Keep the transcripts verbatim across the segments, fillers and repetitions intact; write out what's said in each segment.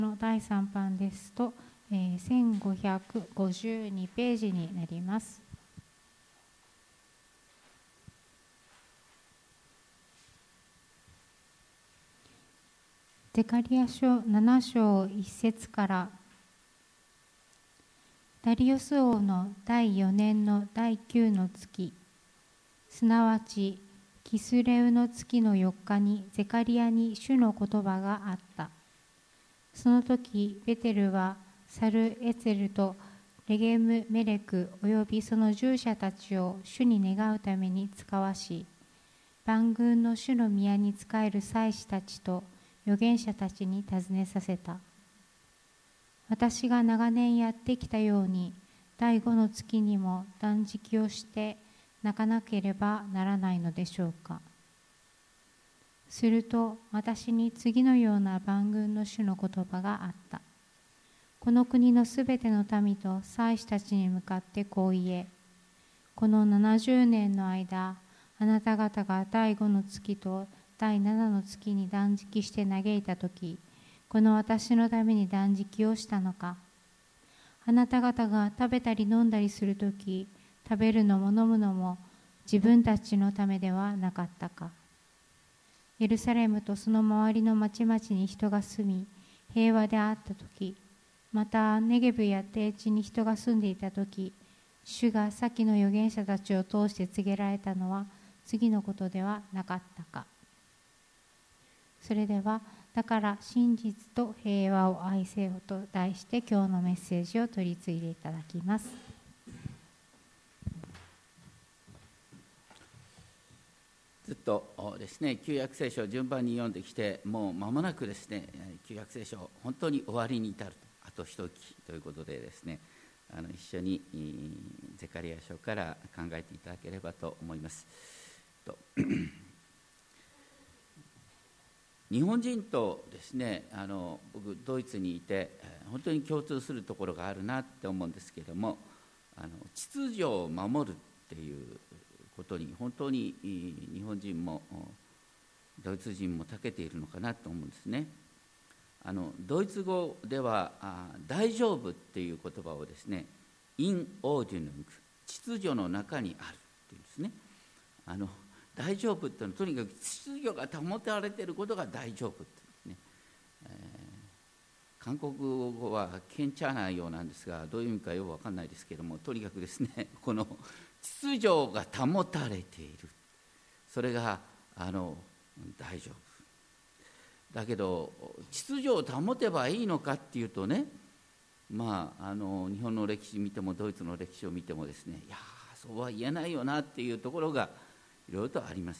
のだいさん版ですと、えー、せんごひゃくごじゅうにページになります。ゼカリヤ書なな章いち節から、ダリオス王のだいよねんのだいきゅうの月、すなわちキスレウの月のよっかにゼカリヤに主の言葉があった。その時ベテルはサルエツェルとレゲムメレクおよびその従者たちを主に願うために使わし、万軍の主の宮に仕える祭司たちと預言者たちに尋ねさせた。私が長年やってきたように第五の月にも断食をして泣かなければならないのでしょうか。すると私に次のような万軍の主の言葉があった。この国のすべての民と祭司たちに向かってこう言え。このななじゅうねんの間、あなた方が第五の月と第七の月に断食して嘆いたとき、この私のために断食をしたのか。あなた方が食べたり飲んだりするとき、食べるのも飲むのも自分たちのためではなかったか。エルサレムとその周りの町々に人が住み、平和であったとき、またネゲブや低地に人が住んでいたとき、主が先の預言者たちを通して告げられたのは次のことではなかったか。それでは、だから真実と平和を愛せよと題して今日のメッセージを取り次いでいただきます。 ずっとですね、旧約聖書を順番に読んできて、もう間もなくですね、旧約聖書本当に終わりに至ると、あと一息ということでですね、あの一緒にゼカリヤ書から考えていただければと思います。と日本人とですね、あの僕ドイツにいて本当に共通するところがあるなって思うんですけれども、あの秩序を守るっていうことに本当に日本人もドイツ人も長けているのかなと思うんですね。あのドイツ語では大丈夫っていう言葉をですね、in Ordnung、秩序の中にあるっていうんですね。あの大丈夫っていうのはとにかく秩序が保たれていることが大丈夫ってですね、えー、韓国語はケンチャーなようなんですが、どういう意味かよく分かんないですけれども、とにかくですね、この秩序が保たれている、それがあの大丈夫だけど、秩序を保てばいいのかっていうとね、まあ、あの日本の歴史見てもドイツの歴史を見てもですね、いやそうは言えないよなっていうところがいろいろとあります。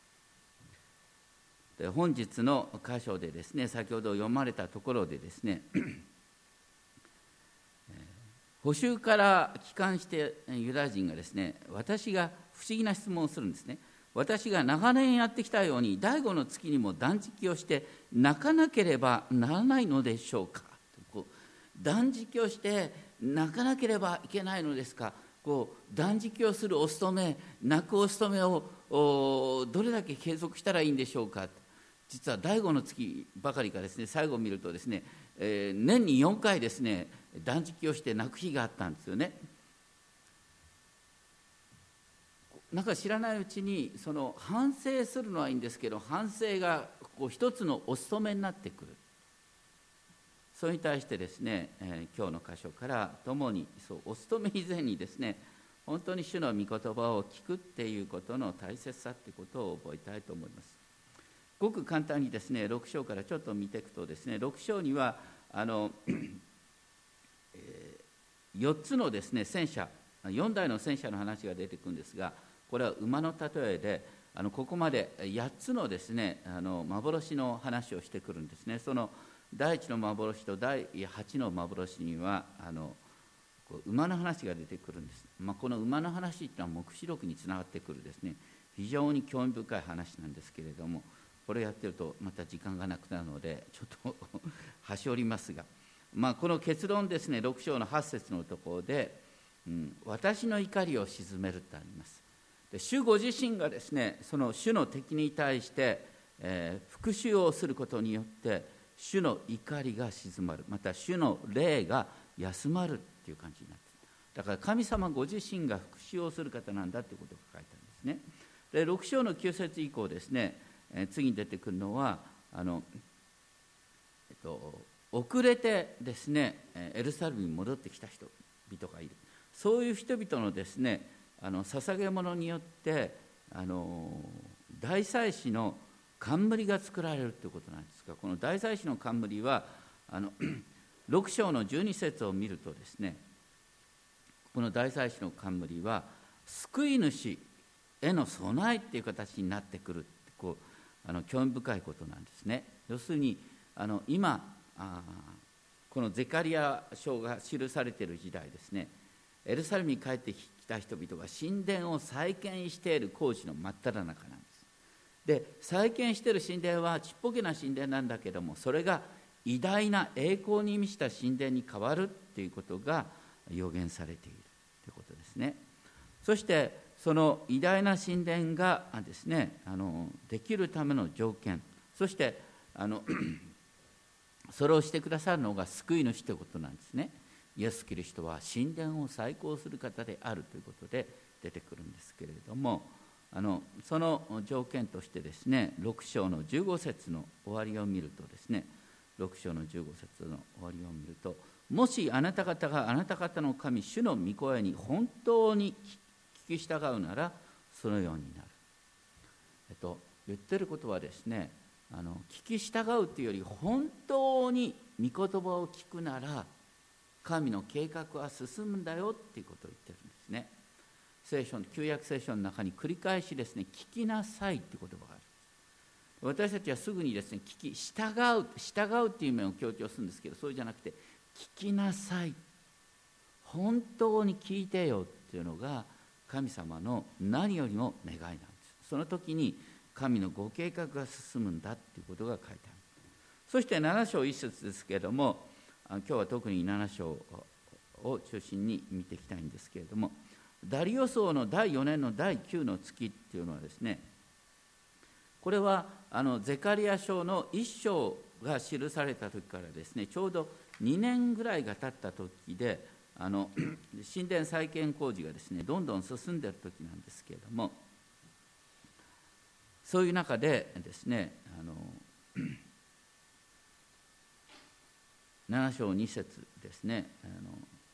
で本日の箇所でですね、先ほど読まれたところでですね捕囚から帰還してユダヤ人がですね、私が不思議な質問をするんですね。私が長年やってきたように第五の月にも断食をして泣かなければならないのでしょうか。こう断食をして泣かなければいけないのですか。こう断食をするお勤め、泣くお勤めをどれだけ継続したらいいんでしょうか。実は第五の月ばかりかですね、最後を見るとですね、えー、年によんかいですね、断食をして泣く日があったんですよね。なんか知らないうちにその反省するのはいいんですけど、反省がこう一つのお務めになってくる。それに対してですね、えー、今日の箇所からともにそうお務め以前にですね、本当に主の御言葉を聞くっていうことの大切さってことを覚えたいと思います。ごく簡単にですね、ろく章からちょっと見ていくとですね、ろく章にはあの、えー、よっつのですね戦車、よんだいの戦車の話が出てくるんですが、これは馬の例えで、あのここまでやっつのですね、あの幻の話をしてくるんですね。そのだいいちの幻とだいはちの幻にはあの馬の話が出てくるんです。まあ、この馬の話というのは黙示録につながってくるですね、非常に興味深い話なんですけれども、これやってるとまた時間がなくなるのでちょっと端折りますが、まあ、この結論ですね、ろく章のはち節のところで、うん、私の怒りを鎮めるとあります。で主ご自身がですね、その主の敵に対して、えー、復讐をすることによって主の怒りが静まる、また主の霊が休まるっていう感じになっている。だから神様ご自身が復讐をする方なんだということが書いてあるんですね。でろく章のきゅう節以降ですね、えー、次に出てくるのはあの、えっと、遅れてですねエルサレムに戻ってきた人々がいる。そういう人々のですねあの捧げ物によってあの大祭司の冠が作られるということなんですが、この大祭司の冠はあのろく章のじゅうに節を見るとですね、この大祭司の冠は救い主への備えっていう形になってくるって、こうあの興味深いことなんですね。要するにあの今あこのゼカリヤ書が記されている時代ですね、エルサレムに帰ってきた人々が神殿を再建している工事の真っ只中なんです。で再建している神殿はちっぽけな神殿なんだけども、それが偉大な栄光に満ちた神殿に変わるっていうことが予言されているということですね。そしてその偉大な神殿がですねあのできるための条件、そしてあのそれをしてくださるのが救い主ということなんですね。イエス・キリストは神殿を再興する方であるということで出てくるんですけれども、あのその条件としてですね、ろく章のじゅうご節の終わりを見るとですね、ろく章のじゅうご節の終わりを見ると、もしあなた方があなた方の神主の御声に本当に聞き従うならそのようになる。えっと言ってることはですね、あの聞き従うというより本当に御言葉を聞くなら神の計画は進むんだよっていうことを言ってるんですね。聖書の旧約聖書の中に繰り返しですね、聞きなさいっていう言葉がある。私たちはすぐにですね、聞き従う従うっていう面を強調するんですけど、そうじゃなくて聞きなさい、本当に聞いてよっていうのが神様の何よりも願いなんです。その時に神のご計画が進むんだっていうことが書いてある。そしてなな章いち節ですけれども、今日は特になな章を中心に見ていきたいんですけれども、ダリオ王のだいよねんのだいきゅうの月っていうのはですね、これはあのゼカリヤ書のいっ章が記された時からですね、ちょうどにねんぐらいが経った時で、あの神殿再建工事がですねどんどん進んでいる時なんですけれども、そういう中でですね、あのなな章に節ですね、あの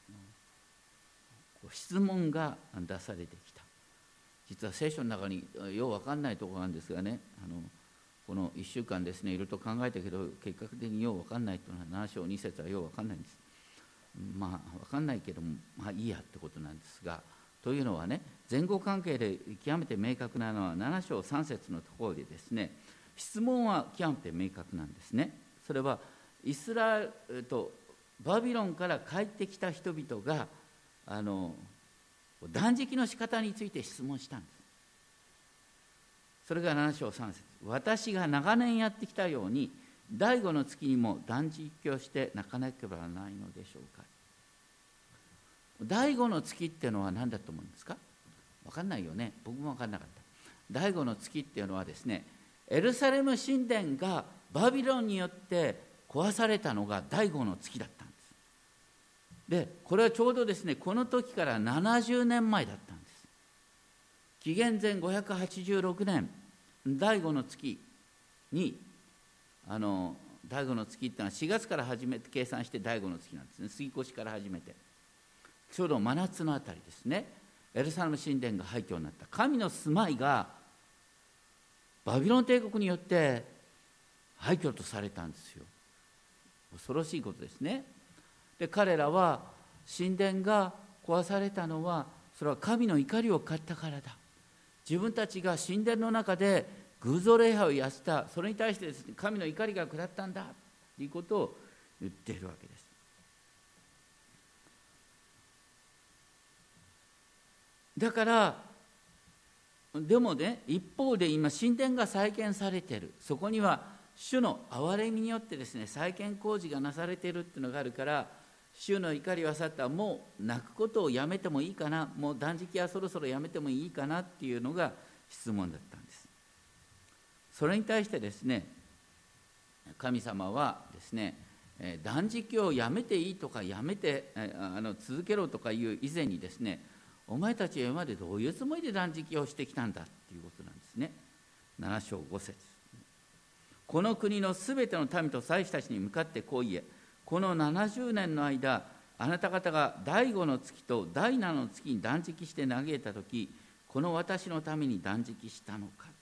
質問が出されてきた。実は聖書の中によう分かんないところなんですがね、あのこのいっしゅうかんですねいろいろと考えたけど結果的によう分かんないというのはなな章に節はよう分かんないんです。まあ分かんないけどもまあいいやってことなんですが、というのはね、前後関係で極めて明確なのはなな章さん節のところでですね、質問は極めて明確なんですね。それはイスラエルとバビロンから帰ってきた人々があの断食の仕方について質問したんです。それがなな章さん節、私が長年やってきたように第五の月にも断食をして泣かなければならないのでしょうか。第五の月っていうのは何だと思うんですか？分かんないよね。僕も分かんなかった。第五の月っていうのはですね、エルサレム神殿がバビロンによって壊されたのが第五の月だったんです。でこれはちょうどですねこの時からななじゅうねんまえだったんです。紀元前ごひゃくはちじゅうろくねん第五の月にあの第五の月っていうのはしがつから始めて計算して第五の月なんですね。杉越から始めてちょうど真夏のあたりですね、エルサレム神殿が廃墟になった。神の住まいがバビロン帝国によって廃墟とされたんですよ。恐ろしいことですね。で彼らは神殿が壊されたのはそれは神の怒りを買ったからだ。自分たちが神殿の中で偶像礼拝をやった、それに対してですね神の怒りが下ったんだということを言っているわけです。だからでもね、一方で今神殿が再建されている、そこには主の憐れみによってですね再建工事がなされているっていうのがあるから、主の怒りは去った、もう泣くことをやめてもいいかな、もう断食はそろそろやめてもいいかなっていうのが質問だったんです。それに対してですね神様はですね、断食をやめていいとかやめてあの続けろとかいう以前にですね、お前たちは今までどういうつもりで断食をしてきたんだっていうことなんですね。なな章ご節、この国のすべての民と祭司たちに向かってこう言え、このななじゅうねんの間、あなた方が第五の月と第七の月に断食して嘆いたとき、この私のために断食したのか。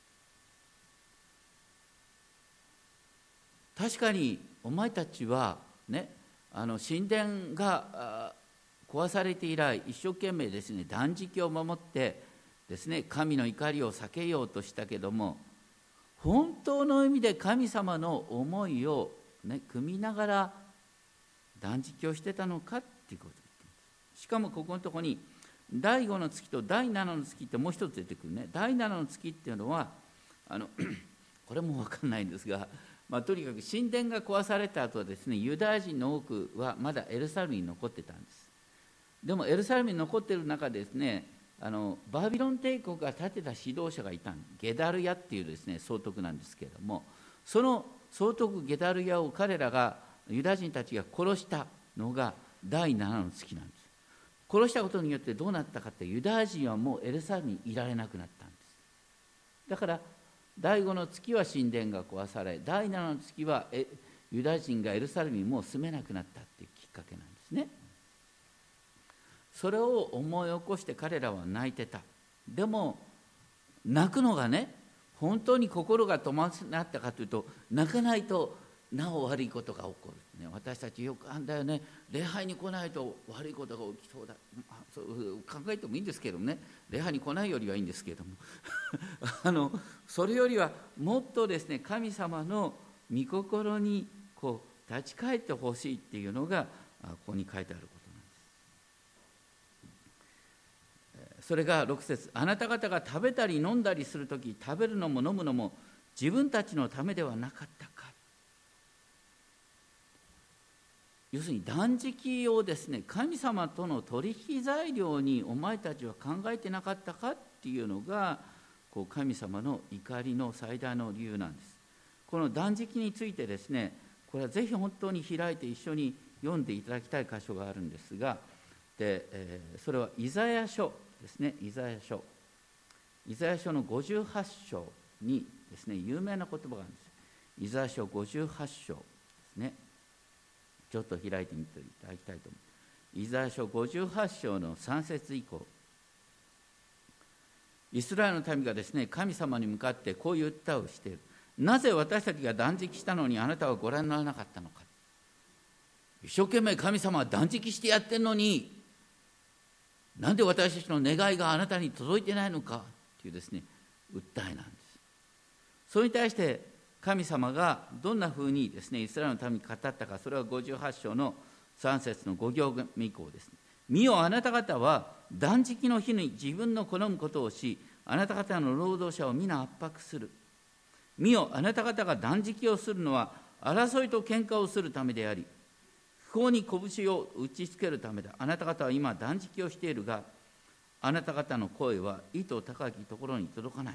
確かにお前たちはね、あの神殿が壊されて以来一生懸命ですね、断食を守ってですね、神の怒りを避けようとしたけども、本当の意味で神様の思いをね、汲みながら断食をしてたのかっていうことを言っています。しかもここのところに第五の月と第七の月ってもう一つ出てくるね。第七の月っていうのはあのこれも分かんないんですが、まあ、とにかく神殿が壊された後はですね、ユダヤ人の多くはまだエルサレムに残ってたんです。でもエルサレムに残っている中でですね、あのバビロン帝国が建てた指導者がいたゲダルヤっていうですね総督なんですけれども、その総督ゲダルヤを彼らがユダヤ人たちが殺したのが第七の月なんです。殺したことによってどうなったかって、ユダヤ人はもうエルサレムにいられなくなったんです。だから第五の月は神殿が壊され、第七の月はユダヤ人がエルサレムにもう住めなくなったっていうきっかけなんですね。それを思い起こして彼らは泣いてた。でも泣くのがね、本当に心が止まったかというと、泣かないとなお悪いことが起こる、ね、私たちよくあんだよね、礼拝に来ないと悪いことが起きそうだ、まあ、そう考えてもいいんですけどね、礼拝に来ないよりはいいんですけれどもあのそれよりはもっとですね、神様の御心にこう立ち返ってほしいっていうのがここに書いてあることなんです。それがろく節、あなた方が食べたり飲んだりするとき、食べるのも飲むのも自分たちのためではなかったか。要するに断食をですね、神様との取引材料にお前たちは考えてなかったかっていうのが、こう神様の怒りの最大の理由なんです。この断食についてですね、これはぜひ本当に開いて一緒に読んでいただきたい箇所があるんですが、で、えー、それはイザヤ書ですね。イザヤ書イザヤ書のごじゅうはち章にですね、有名な言葉があるんです。イザヤ書ごじゅうはち章ですね。ちょっと開いてみていただきたいと思います。イザヤ書ごじゅうはち章のさん節以降、イスラエルの民がですね、神様に向かってこういう訴えをしている。なぜ私たちが断食したのにあなたはご覧にならなかったのか。一生懸命神様は断食してやってるのに、なんで私たちの願いがあなたに届いてないのかというですね、訴えなんです。それに対して神様がどんなふうにですね、イスラエルのために語ったか、それはごじゅうはち章のさん節のご行目以降ですね。見よ、あなた方は断食の日に自分の好むことをし、あなた方の労働者を皆圧迫する。見よ、あなた方が断食をするのは争いと喧嘩をするためであり、不幸に拳を打ちつけるためだ。あなた方は今断食をしているが、あなた方の声は意図高きところに届かない。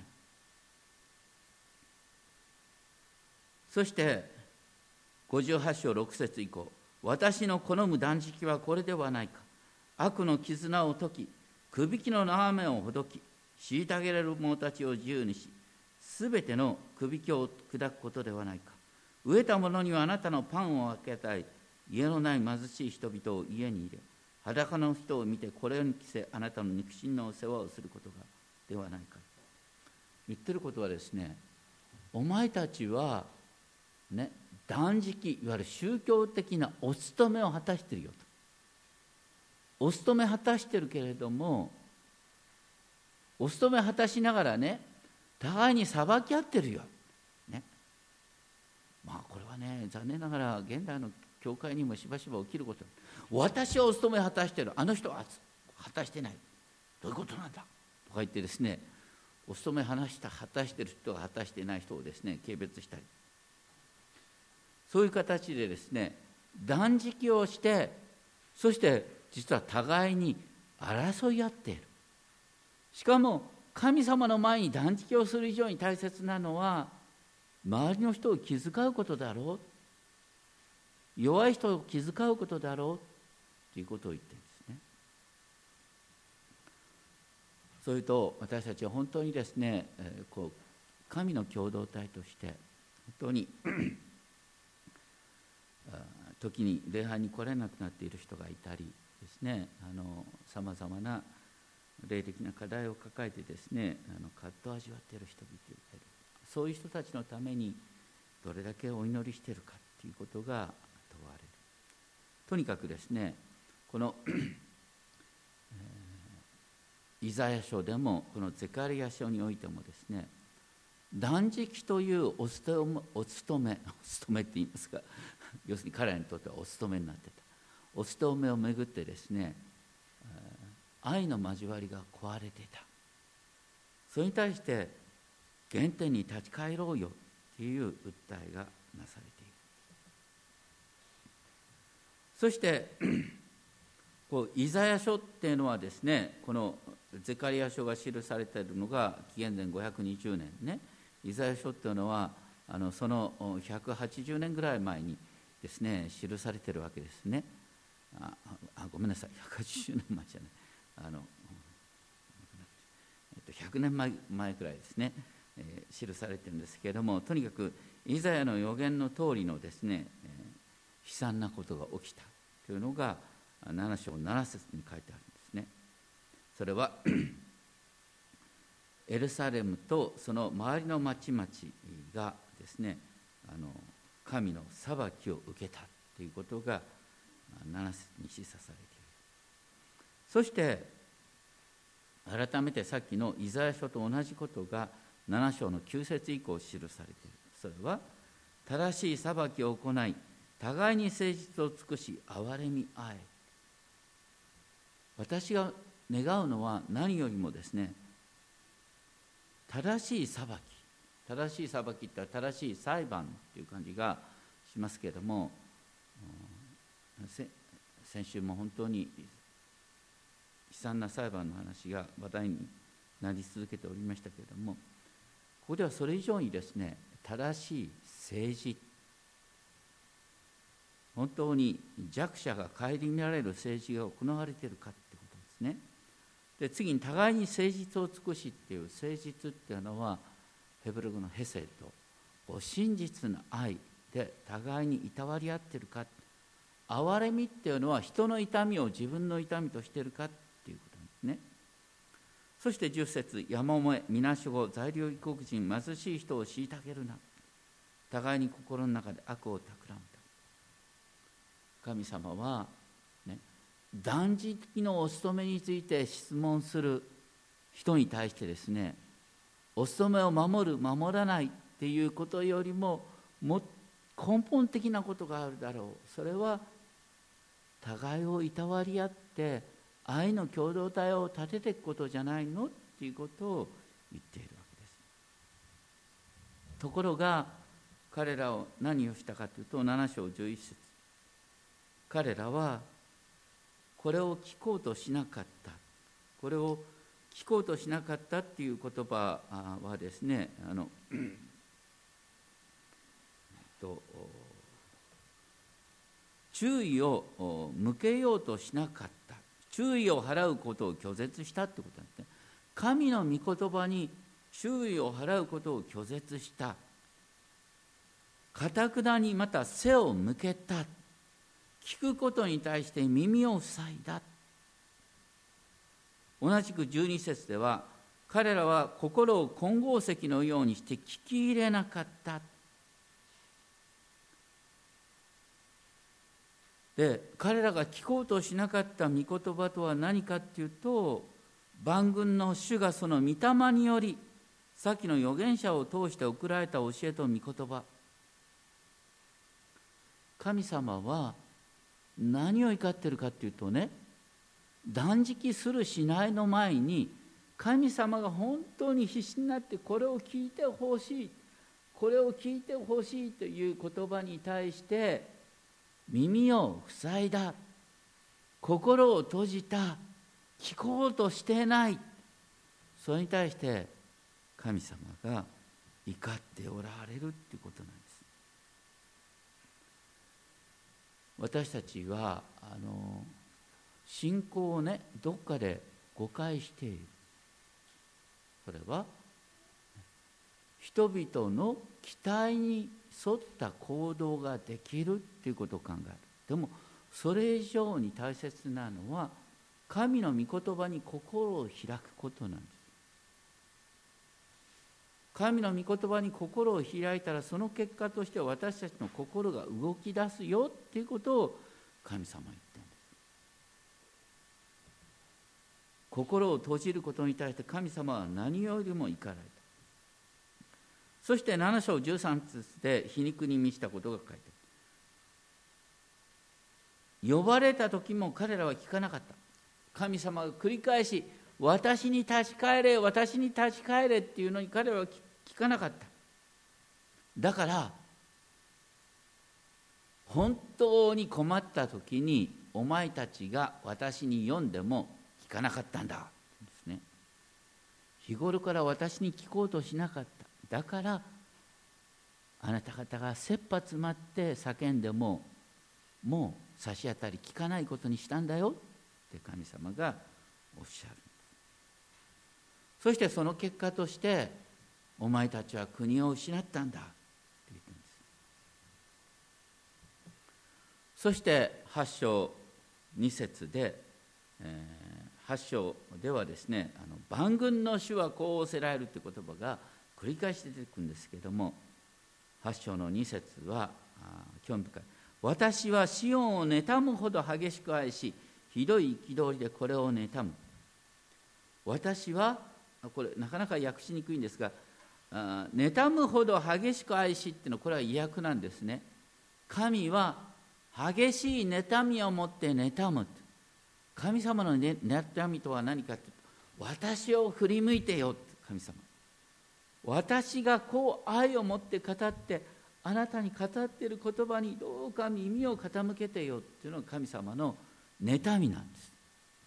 そしてごじゅうはち章ろく節以降、私の好む断食はこれではないか。悪の絆を解き、くびきの縄目をほどき、虐げられる者たちを自由にし、すべてのくびきを砕くことではないか。飢えた者にはあなたのパンを分けたい。家のない貧しい人々を家に入れ、裸の人を見てこれに着せ、あなたの肉親の世話をすることがではないか。言ってることはですね、お前たちはね、断食、いわゆる宗教的なお務めを果たしているよと。お務め果たしてるけれども、お務め果たしながらね、互いに裁き合ってるよ、ね。まあこれはね、残念ながら現代の教会にもしばしば起きること。私はお務め果たしてる、あの人は果たしてない、どういうことなんだとか言ってですね、お務め果たした果たしてる人が果たしてない人をですね、軽蔑したり、そういう形でですね、断食をして、そして実は互いに争い合っている。しかも神様の前に断食をする以上に大切なのは、 周りの人を気遣うことだろう、弱い人を気遣うことだろうということを言ってるんですね。それと私たちは本当にですね、えー、こう神の共同体として本当に時に礼拝に来れなくなっている人がいたりですね、さまざまな霊的な課題を抱えてですね、あの葛藤を味わっている人々がいる。そういう人たちのためにどれだけお祈りしているかということが問われる。とにかくですね、この、えー、イザヤ書でもこのゼカリヤ書においてもですね、断食というお務め、お務め、お務めって言いますか、要するに彼らにとってはお務めになってた。お務めをめぐってですね、愛の交わりが壊れていた。それに対して原点に立ち返ろうよという訴えがなされている。そしてこうイザヤ書っていうのはですね、このゼカリヤ書が記されているのが紀元前ごひゃくにじゅうねんね。イザヤ書っていうのはあのそのひゃくはちじゅうねんぐらい前にですね記されているわけですね。ああごめんなさい、ひゃくはちじゅうねんまえじゃない、あの、えっと、ひゃくねんまえくらいですね、えー、記されているんですけれども、とにかくイザヤの予言の通りのですね、えー、悲惨なことが起きたというのがなな章なな節に書いてあるんですね。それはエルサレムとその周りの町々がですね、あの神の裁きを受けたということがなな節に示唆されている。そして改めてさっきのイザヤ書と同じことがなな章のきゅう節以降記されている。それは正しい裁きを行い、互いに誠実を尽くし憐れみ合え。私が願うのは何よりもですね、正しい裁き、正しい裁きって言ったら正しい裁判っていう感じがしますけれども、先週も本当に悲惨な裁判の話が話題になり続けておりましたけれども、ここではそれ以上にですね、正しい政治、本当に弱者が顧みられる政治が行われているかってことですね。で次に互いに誠実を尽くしっていう誠実っていうのはヘブル語のヘセと真実な愛で互いにいたわり合っているか、憐れみっていうのは人の痛みを自分の痛みとしているかっていうことですね。そしてじゅっ節、やもめ、みなしご、在留異国人、貧しい人を虐げるな、互いに心の中で悪を企むと。神様は、ね、断食のお務めについて質問する人に対してですね、お務めを守る守らないっていうことよりもも根本的なことがあるだろう。それは互いをいたわり合って愛の共同体を立てていくことじゃないのっていうことを言っているわけです。ところが彼らを何をしたかというとなな章じゅういち節、彼らはこれを聞こうとしなかった、これを聞こうとしなかったっていう言葉はですね、あのと注意を向けようとしなかった、注意を払うことを拒絶したってことなんですね。神の御言葉に注意を払うことを拒絶した、堅くなにまた背を向けた、聞くことに対して耳を塞いだ。同じくじゅうに節では彼らは心を金剛石のようにして聞き入れなかった。で彼らが聞こうとしなかった御言葉とは何かっていうと、万軍の主がその御霊によりさっきの預言者を通して送られた教えと御言葉。神様は何を怒っているかっていうとね、断食するしないの前に神様が本当に必死になってこれを聞いてほしい、これを聞いてほしいという言葉に対して耳を塞いだ、心を閉じた、聞こうとしていない。それに対して神様が怒っておられるっていうことなんです。私たちはあの信仰をね、どっかで誤解している。それは人々の期待に沿った行動ができるっていうことを考える。でもそれ以上に大切なのは神の御言葉に心を開くことなんです。神の御言葉に心を開いたら、その結果として私たちの心が動き出すよっていうことを神様は言ってるんです。心を閉じることに対して神様は何よりも怒られた。そしてなな章じゅうさん節で皮肉に満ちたことが書いてある。呼ばれた時も彼らは聞かなかった。神様が繰り返し私に立ち返れ、私に立ち返れっていうのに彼らは聞かなかった。だから本当に困った時にお前たちが私に読んでも聞かなかったんだですね。日頃から私に聞こうとしなかった。だからあなた方が切羽詰まって叫んでももう差し当たり聞かないことにしたんだよって神様がおっしゃる。そしてその結果としてお前たちは国を失ったんだって言ってるんです。そしてはち章に節で、えー、はち章ではですね、あの万軍の主はこう仰せられるという言葉が繰り返し出てくるんですけれども、はち章のに節は興味深い。私はシオンを妬むほど激しく愛し、ひどい憤りでこれを妬む。私はこれなかなか訳しにくいんですが、妬むほど激しく愛しっていうのはこれは意訳なんですね。神は激しい妬みを持って妬む。神様の妬みとは何かというと、私を振り向いてよ、神様、私がこう愛を持って語ってあなたに語っている言葉にどうか耳を傾けてよっていうのが神様の妬みなんです。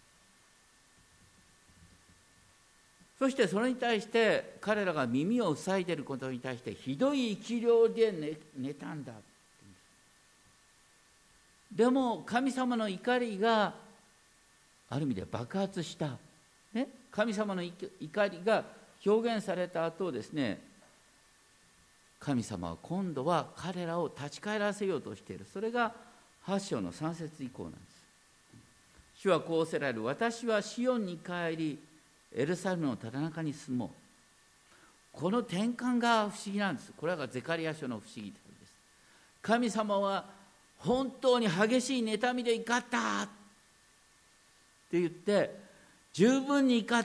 そしてそれに対して彼らが耳を塞いでいることに対してひどい憤りで妬んだ。でも神様の怒りがある意味で爆発した、ね、神様の怒りが表現された後ですね、神様は今度は彼らを立ち返らせようとしている。それがはち章のさん節以降なんです。主はこう仰せられる。私はシオンに帰りエルサレムのただ中に住もう。この転換が不思議なんです。これがゼカリヤ書の不思議です。神様は本当に激しい妬みで怒ったって言って、十分に怒った、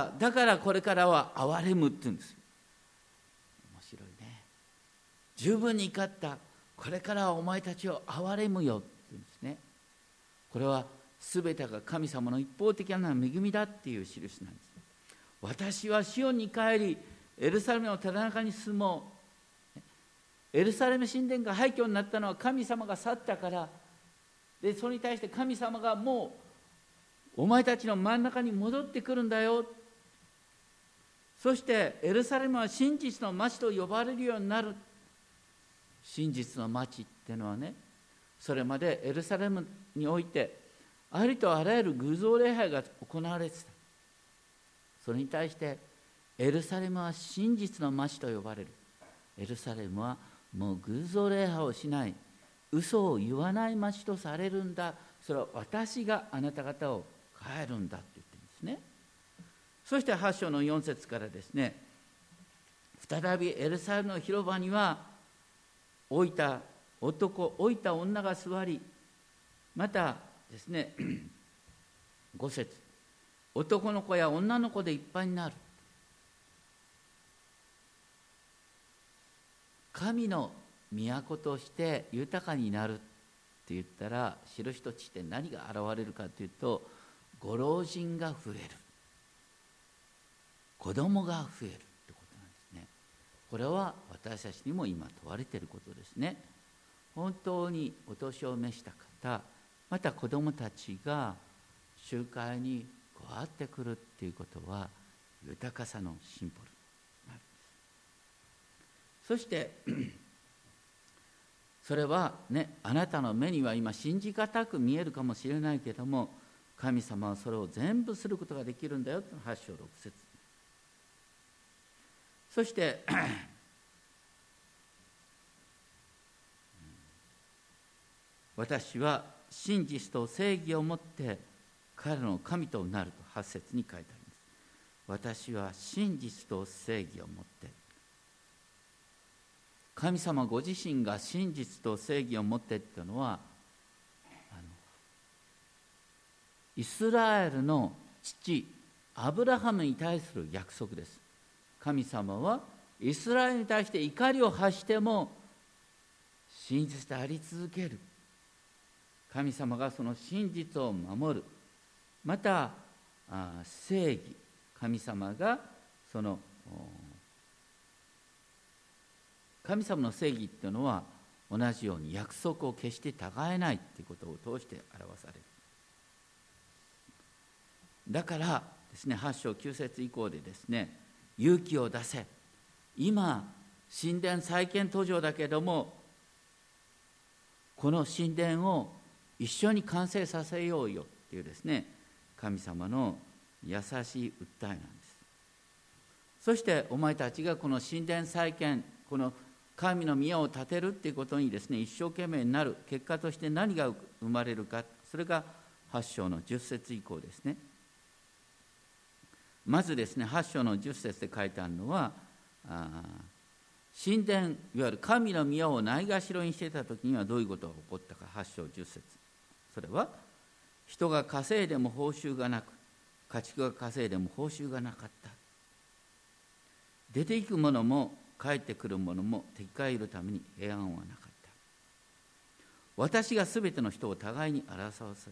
だからこれからは憐れむって言うんです。面白いね。十分に怒った、これからはお前たちを憐れむよって言うんですね。これは全てが神様の一方的な恵みだっていう印なんです。私はシオンに帰りエルサレムのただ中に住もう。エルサレム神殿が廃墟になったのは神様が去ったからで、それに対して神様がもうお前たちの真ん中に戻ってくるんだよ。そしてエルサレムは真実の町と呼ばれるようになる。真実の町っていうのはね、それまでエルサレムにおいてありとあらゆる偶像礼拝が行われてた。それに対してエルサレムは真実の町と呼ばれる。エルサレムはもう偶像礼拝をしない、嘘を言わない町とされるんだ。それは私があなた方を変えるんだって言ってるんですね。そしてはち章のよん節からですね、再びエルサレムの広場には老いた男、老いた女が座り、またですねご節、男の子や女の子でいっぱいになる。神の都として豊かになるって言ったら、知る人地って何が現れるかというと、ご老人が増える、子供が増えるってことなんですね。これは私たちにも今問われていることですね。本当にお年を召した方、また子供たちが集会に加わってくるっていうことは豊かさのシンボルなんです。 そしてそれはね、あなたの目には今信じがたく見えるかもしれないけども、神様はそれを全部することができるんだよとはち章ろく節。そして私は真実と正義をもって彼の神となるとはち節に書いてあります。私は真実と正義をもって、神様ご自身が真実と正義をもってっていうのは、あのイスラエルの父アブラハムに対する約束です。神様はイスラエルに対して怒りを発しても真実であり続ける。神様がその真実を守る。また正義、神様がその神様の正義っていうのは同じように約束を決して違えないっていうことを通して表される。だからですね、はち章きゅう節以降でですね、勇気を出せ、今神殿再建途上だけどもこの神殿を一緒に完成させようよっていうですね、神様の優しい訴えなんです。そしてお前たちがこの神殿再建、この神の宮を建てるっていうことにですね、一生懸命になる結果として何が生まれるか、それがはち章のじゅっ節以降ですね。まずですね、はち章のじゅっ節で書いてあるのは、あ神殿、いわゆる神の宮をないがしろにしていた時にはどういうことが起こったか。はち章じゅっ節、それは人が稼いでも報酬がなく、家畜が稼いでも報酬がなかった。出ていく者も帰ってくる者も敵がいるために平安はなかった。私がすべての人を互いに争わせたからだ。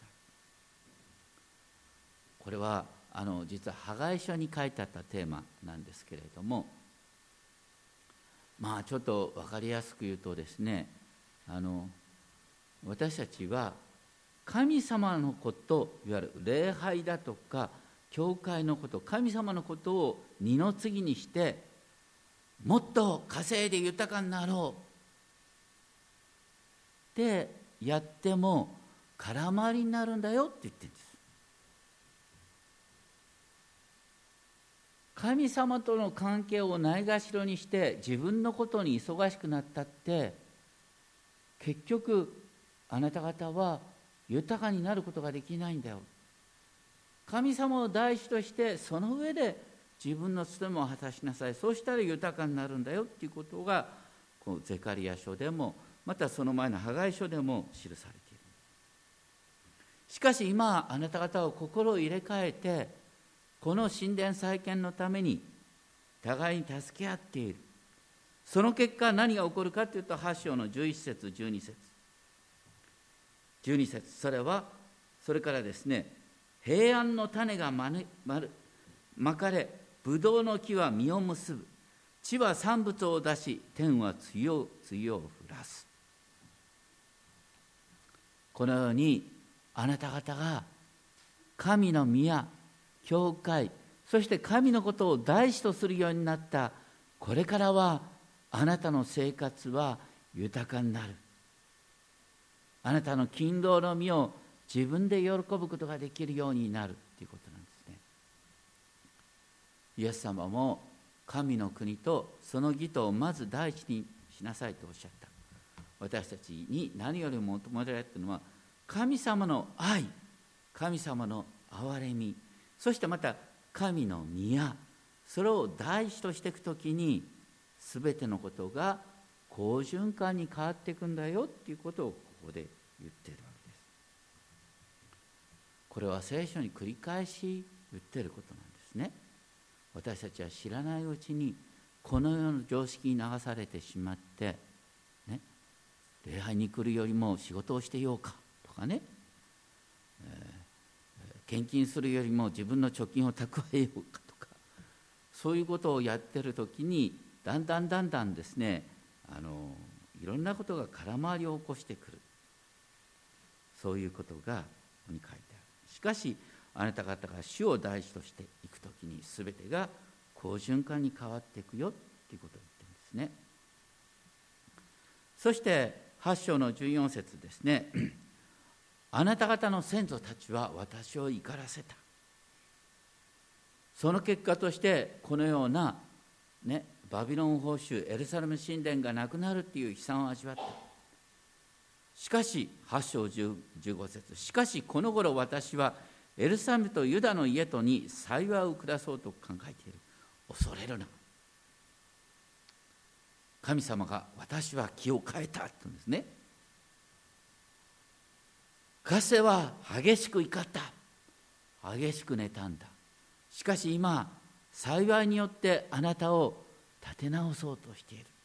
これはあの実はハガイ書に書いてあったテーマなんですけれども、まあちょっと分かりやすく言うとですね、あの私たちは神様のこと、いわゆる礼拝だとか教会のこと、神様のことを二の次にして、もっと稼いで豊かになろうってやっても空回りになるんだよって言ってるんです。神様との関係をないがしろにして自分のことに忙しくなったって、結局あなた方は豊かになることができないんだよ。神様を第一としてその上で自分の務めを果たしなさい。そうしたら豊かになるんだよっていうことがこのゼカリヤ書でも、またその前のハガイ書でも記されている。しかし今あなた方は心を入れ替えて、この神殿再建のために互いに助け合っている。その結果何が起こるかというと、はち章のじゅういち節じゅうに節じゅうに節、それはそれからですね、平安の種がまぬまるまかれ、ぶどうの木は実を結ぶ、地は産物を出し、天は梅雨梅雨を降らす。このようにあなた方が神の宮、教会、そして神のことを第一とするようになった。これからはあなたの生活は豊かになる。あなたの勤労の実を自分で喜ぶことができるようになるということなんですね。イエス様も神の国とその義とをまず第一にしなさいとおっしゃった。私たちに何よりも求められているのは神様の愛、神様の憐れみ、そしてまた神の宮、それを第一としていくときに全てのことが好循環に変わっていくんだよっていうことをここで言っているわけです。これは聖書に繰り返し言っていることなんですね。私たちは知らないうちにこの世の常識に流されてしまって、ね、礼拝に来るよりも仕事をしてようかとかね、えー献金するよりも自分の貯金を蓄えようかとか、そういうことをやってる時にだんだんだんだんですね、あのいろんなことが空回りを起こしてくる。そういうことがここに書いてある。しかしあなた方が主を第一としていく時に全てが好循環に変わっていくよっていうことを言ってるんですですね。そしてはち章のじゅうよん節ですね。あなた方の先祖たちは私を怒らせた。その結果としてこのような、ね、バビロン報酬エルサレム神殿がなくなるっていう悲惨を味わった。しかしはち章じゅうご節、しかしこの頃私はエルサレムとユダの家とに幸いを下そうと考えている。恐れるな。神様が私は気を変えたって言うんですね。かつては激しく怒った、激しく妬んだ。しかし今幸いによってあなたを立て直そうとしているという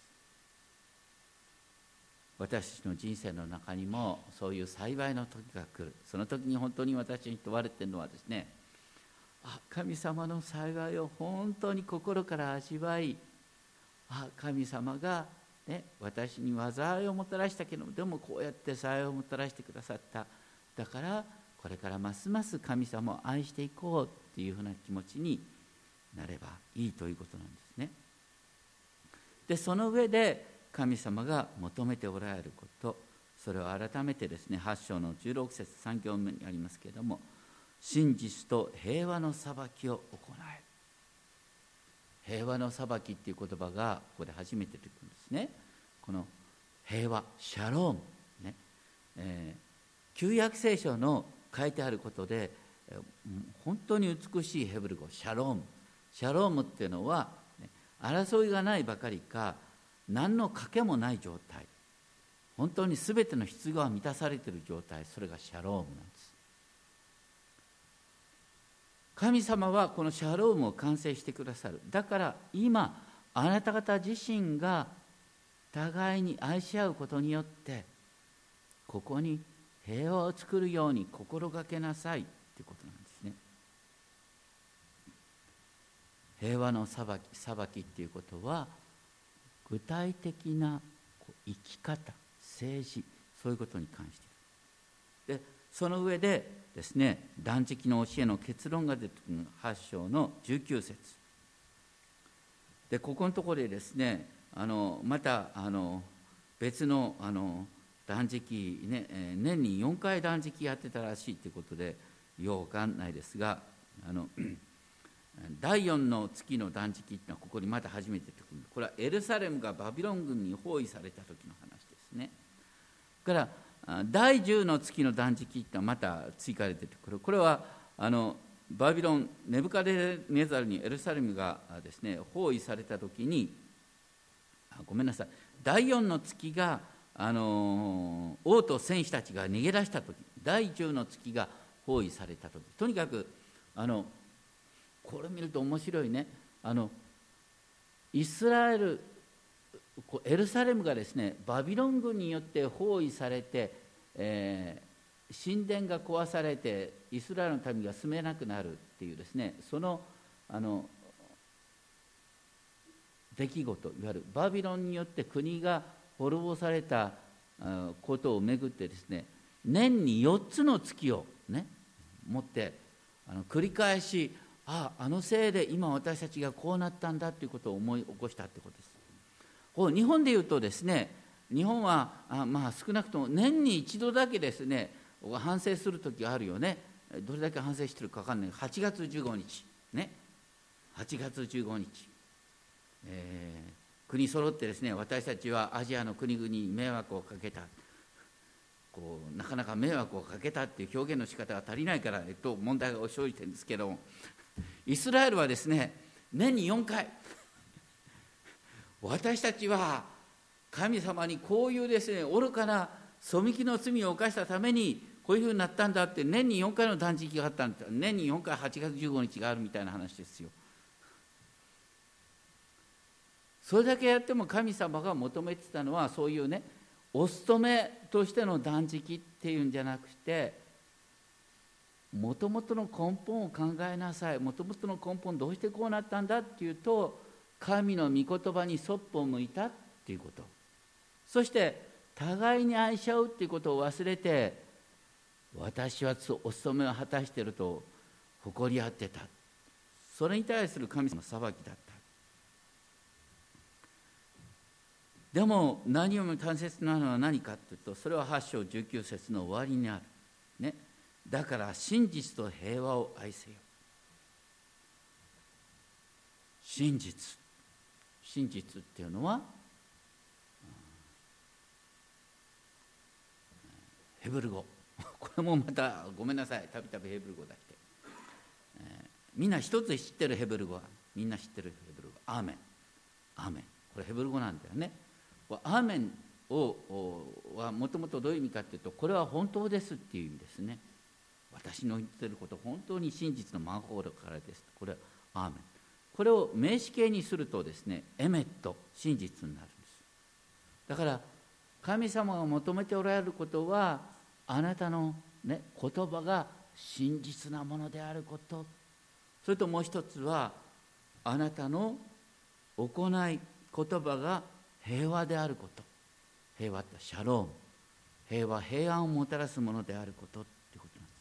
ことです。私たちの人生の中にもそういう幸いの時が来る。その時に本当に私に問われているのはですね、あ、神様の幸いを本当に心から味わい、あ、神様が、ね、私に災いをもたらしたけどでもこうやって幸いをもたらしてくださった。だからこれからますます神様を愛していこうっていうふうな気持ちになればいいということなんですね。でその上で神様が求めておられること、それを改めてですねはち章のじゅうろく節さん行目にありますけれども、真実と平和の裁きを行え。平和の裁きっていう言葉がここで初めて出てくるんですね。この平和、シャローム、ねえー、旧約聖書の書いてあることで本当に美しいヘブル語、シャローム。シャロームっていうのは、ね、争いがないばかりか何の賭けもない状態、本当に全ての必要が満たされている状態、それがシャロームなんです。神様はこのシャロームを完成してくださる。だから今あなた方自身が互いに愛し合うことによってここに平和を作るように心がけなさいということなんですね。平和の裁き、裁きっていうことは具体的な生き方、政治、そういうことに関している。でその上でですね、断食の教えの結論が出てくるはち章のじゅうきゅう節で、ここのところでですね、あのまたあの別のあの断食、ね、年によんかい断食やってたらしいということでようわかんないですが、あのだいよんの月の断食というのはここにまた初めて出てくる。これはエルサレムがバビロン軍に包囲された時の話ですね。からだいじゅうの月の断食というのはまた追加で出てくる。これはあのバビロンネブカデネザルにエルサレムがですね包囲された時に、ごめんなさい、だいよんの月があの王と戦士たちが逃げ出した時、だいじゅうの月が包囲された時、とにかくあのこれ見ると面白いね。あのイスラエルエルサレムがですねバビロン軍によって包囲されて、えー、神殿が壊されてイスラエルの民が住めなくなるっていうですね、そのあの出来事、いわゆるバビロンによって国が滅ぼされたことをめぐってですね、年によっつの月をね持ってあの繰り返し、ああ、あのせいで今私たちがこうなったんだということを思い起こしたということです。日本でいうとですね、日本はあ、まあ、少なくとも年に一度だけですね反省する時があるよね。どれだけ反省してるか分かんない。はちがつじゅうごにちね、はちがつじゅうごにち、えー、国揃ってですね、私たちはアジアの国々に迷惑をかけた、こうなかなか迷惑をかけたっていう表現の仕方が足りないから、えっと、問題が生じてるんですけど、イスラエルはですね年によんかい私たちは神様にこういうですね愚かな背きの罪を犯したためにこういうふうになったんだって、年によんかいの断食があったんです。年によんかいはちがつじゅうごにちがあるみたいな話ですよ。それだけやっても神様が求めてたのはそういうねお勤めとしての断食っていうんじゃなくて、もともとの根本を考えなさい。もともとの根本どうしてこうなったんだっていうと、神の御言葉にそっぽを向いたっていうこと、そして互いに愛し合うっていうことを忘れて、私はお務めを果たしていると誇り合ってた。それに対する神様の裁きだった。 でも何よりも大切なのは何かというと、それははち章じゅうきゅう節の終わりにある、ね、だから真実と平和を愛せよ。真実真実っていうのはヘブル語、これもまたごめんなさい、たびたびヘブル語だって、えー、みんな一つ知ってるヘブル語はみんな知ってるヘブル語、アーメンアーメン、これヘブル語なんだよね。アーメンをはもともとどういう意味かというと、これは本当ですっていう意味ですね。私の言ってること本当に真実の真心からです。これはアーメン。これを名詞形にするとですね、エメット、真実になるんです。だから神様が求めておられることは、あなたの、ね、言葉が真実なものであること、それともう一つはあなたの行い言葉が平和であること。平和ってシャローム、平和平安をもたらすものであることってことなんです。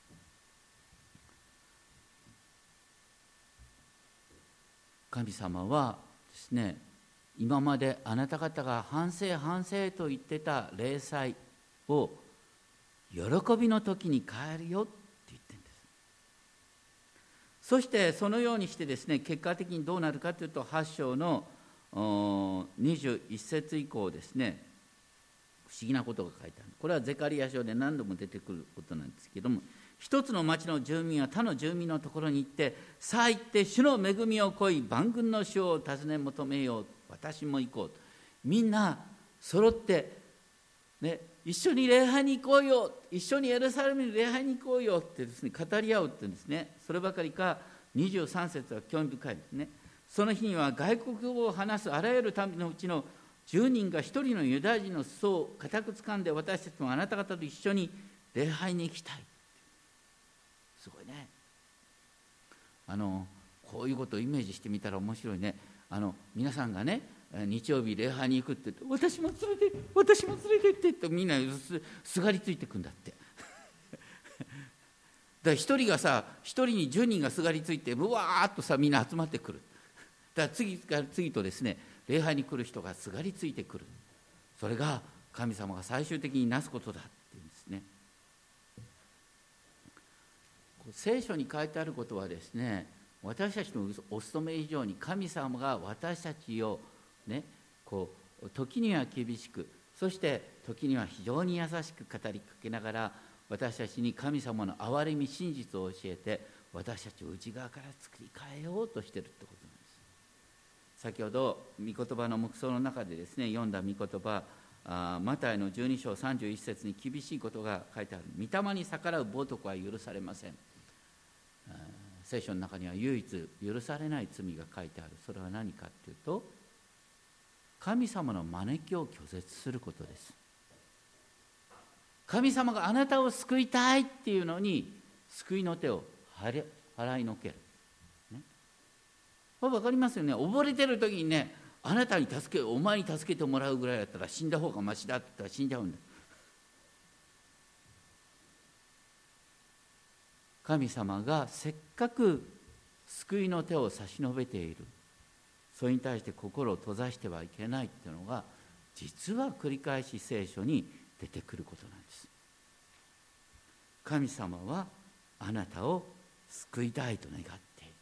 神様はですね、今まであなた方が反省反省と言ってた礼祭を喜びの時に変えるよって言ってるんです。そしてそのようにしてですね、結果的にどうなるかというと、はち章のにじゅういち節以降ですね、不思議なことが書いてある。これはゼカリヤ書で何度も出てくることなんですけども、一つの町の住民は他の住民のところに行って、さあ行って主の恵みを乞い、万軍の主を尋ね求めよう、私も行こうと。みんな揃って、ね、一緒に礼拝に行こうよ、一緒にエルサレムに礼拝に行こうよってですね、語り合うって言うんですね。そればかりかにじゅうさん節は興味深いですね。その日には外国語を話すあらゆる民のうちのじゅうにんが一人のユダヤ人の裾を固く掴んで、私たちもあなた方と一緒に礼拝に行きたい。すごいね。あのこういうことをイメージしてみたら面白いね。あの皆さんがね、日曜日礼拝に行くって言って、私も連れて私も連れてってってみんな す, すがりついてくんだってだから一人がさ、一人にじゅうにんがすがりついてぶわーっとさ、みんな集まってくる。だから次から次とですね、礼拝に来る人がすがりついてくる。それが神様が最終的になすことだっていうんですね。聖書に書いてあることはですね、私たちのお務め以上に神様が私たちをね、こう時には厳しく、そして時には非常に優しく語りかけながら、私たちに神様の憐れみ真実を教えて、私たちを内側から作り変えようとしているってことなんです。先ほど御言葉の黙想の中でですね、読んだ御言葉、あマタイのじゅうに章さんじゅういち節に厳しいことが書いてある。御霊に逆らう冒涜は許されません。聖書の中には唯一許されない罪が書いてある。それは何かというと、神様の招きを拒絶することです。神様があなたを救いたいっていうのに、救いの手を払いのける、ね、これ分かりますよね。溺れてる時にね、あなたに助けお前に助けてもらうぐらいだったら死んだ方がマシだって言ったら死んじゃうんだ。神様がせっかく救いの手を差し伸べている、それに対して心を閉ざしてはいけないっていうのが、実は繰り返し聖書に出てくることなんです。神様はあなたを救いたいと願っている。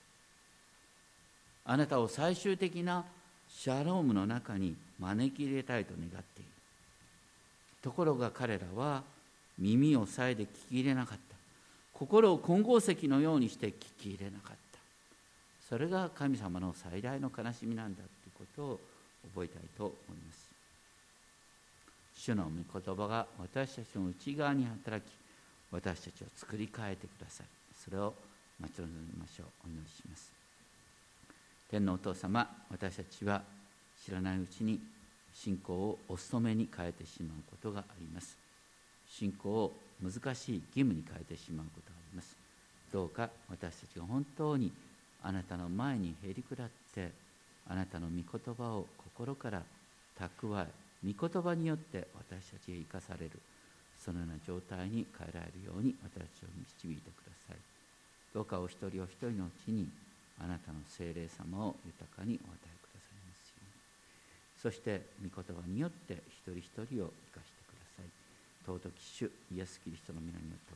あなたを最終的なシャロームの中に招き入れたいと願っている。ところが彼らは耳を塞いで聞き入れなかった。心を金剛石のようにして聞き入れなかった。それが神様の最大の悲しみなんだということを覚えたいと思います。主の御言葉が私たちの内側に働き、私たちを作り変えてください。それを待ち望みましょう。お祈りします。天のお父様、私たちは知らないうちに信仰をお務めに変えてしまうことがあります。信仰を難しい義務に変えてしまうことがあります。どうか私たちが本当にあなたの前にへりくだって、あなたの御言葉を心から蓄え、御言葉によって私たちへ生かされる、そのような状態に変えられるように私たちを導いてください。どうかお一人お一人のうちにあなたの聖霊様を豊かにお与えくださいますように。 そして御言葉によって一人一人を生かしてください。尊き主イエス・キリストの皆によって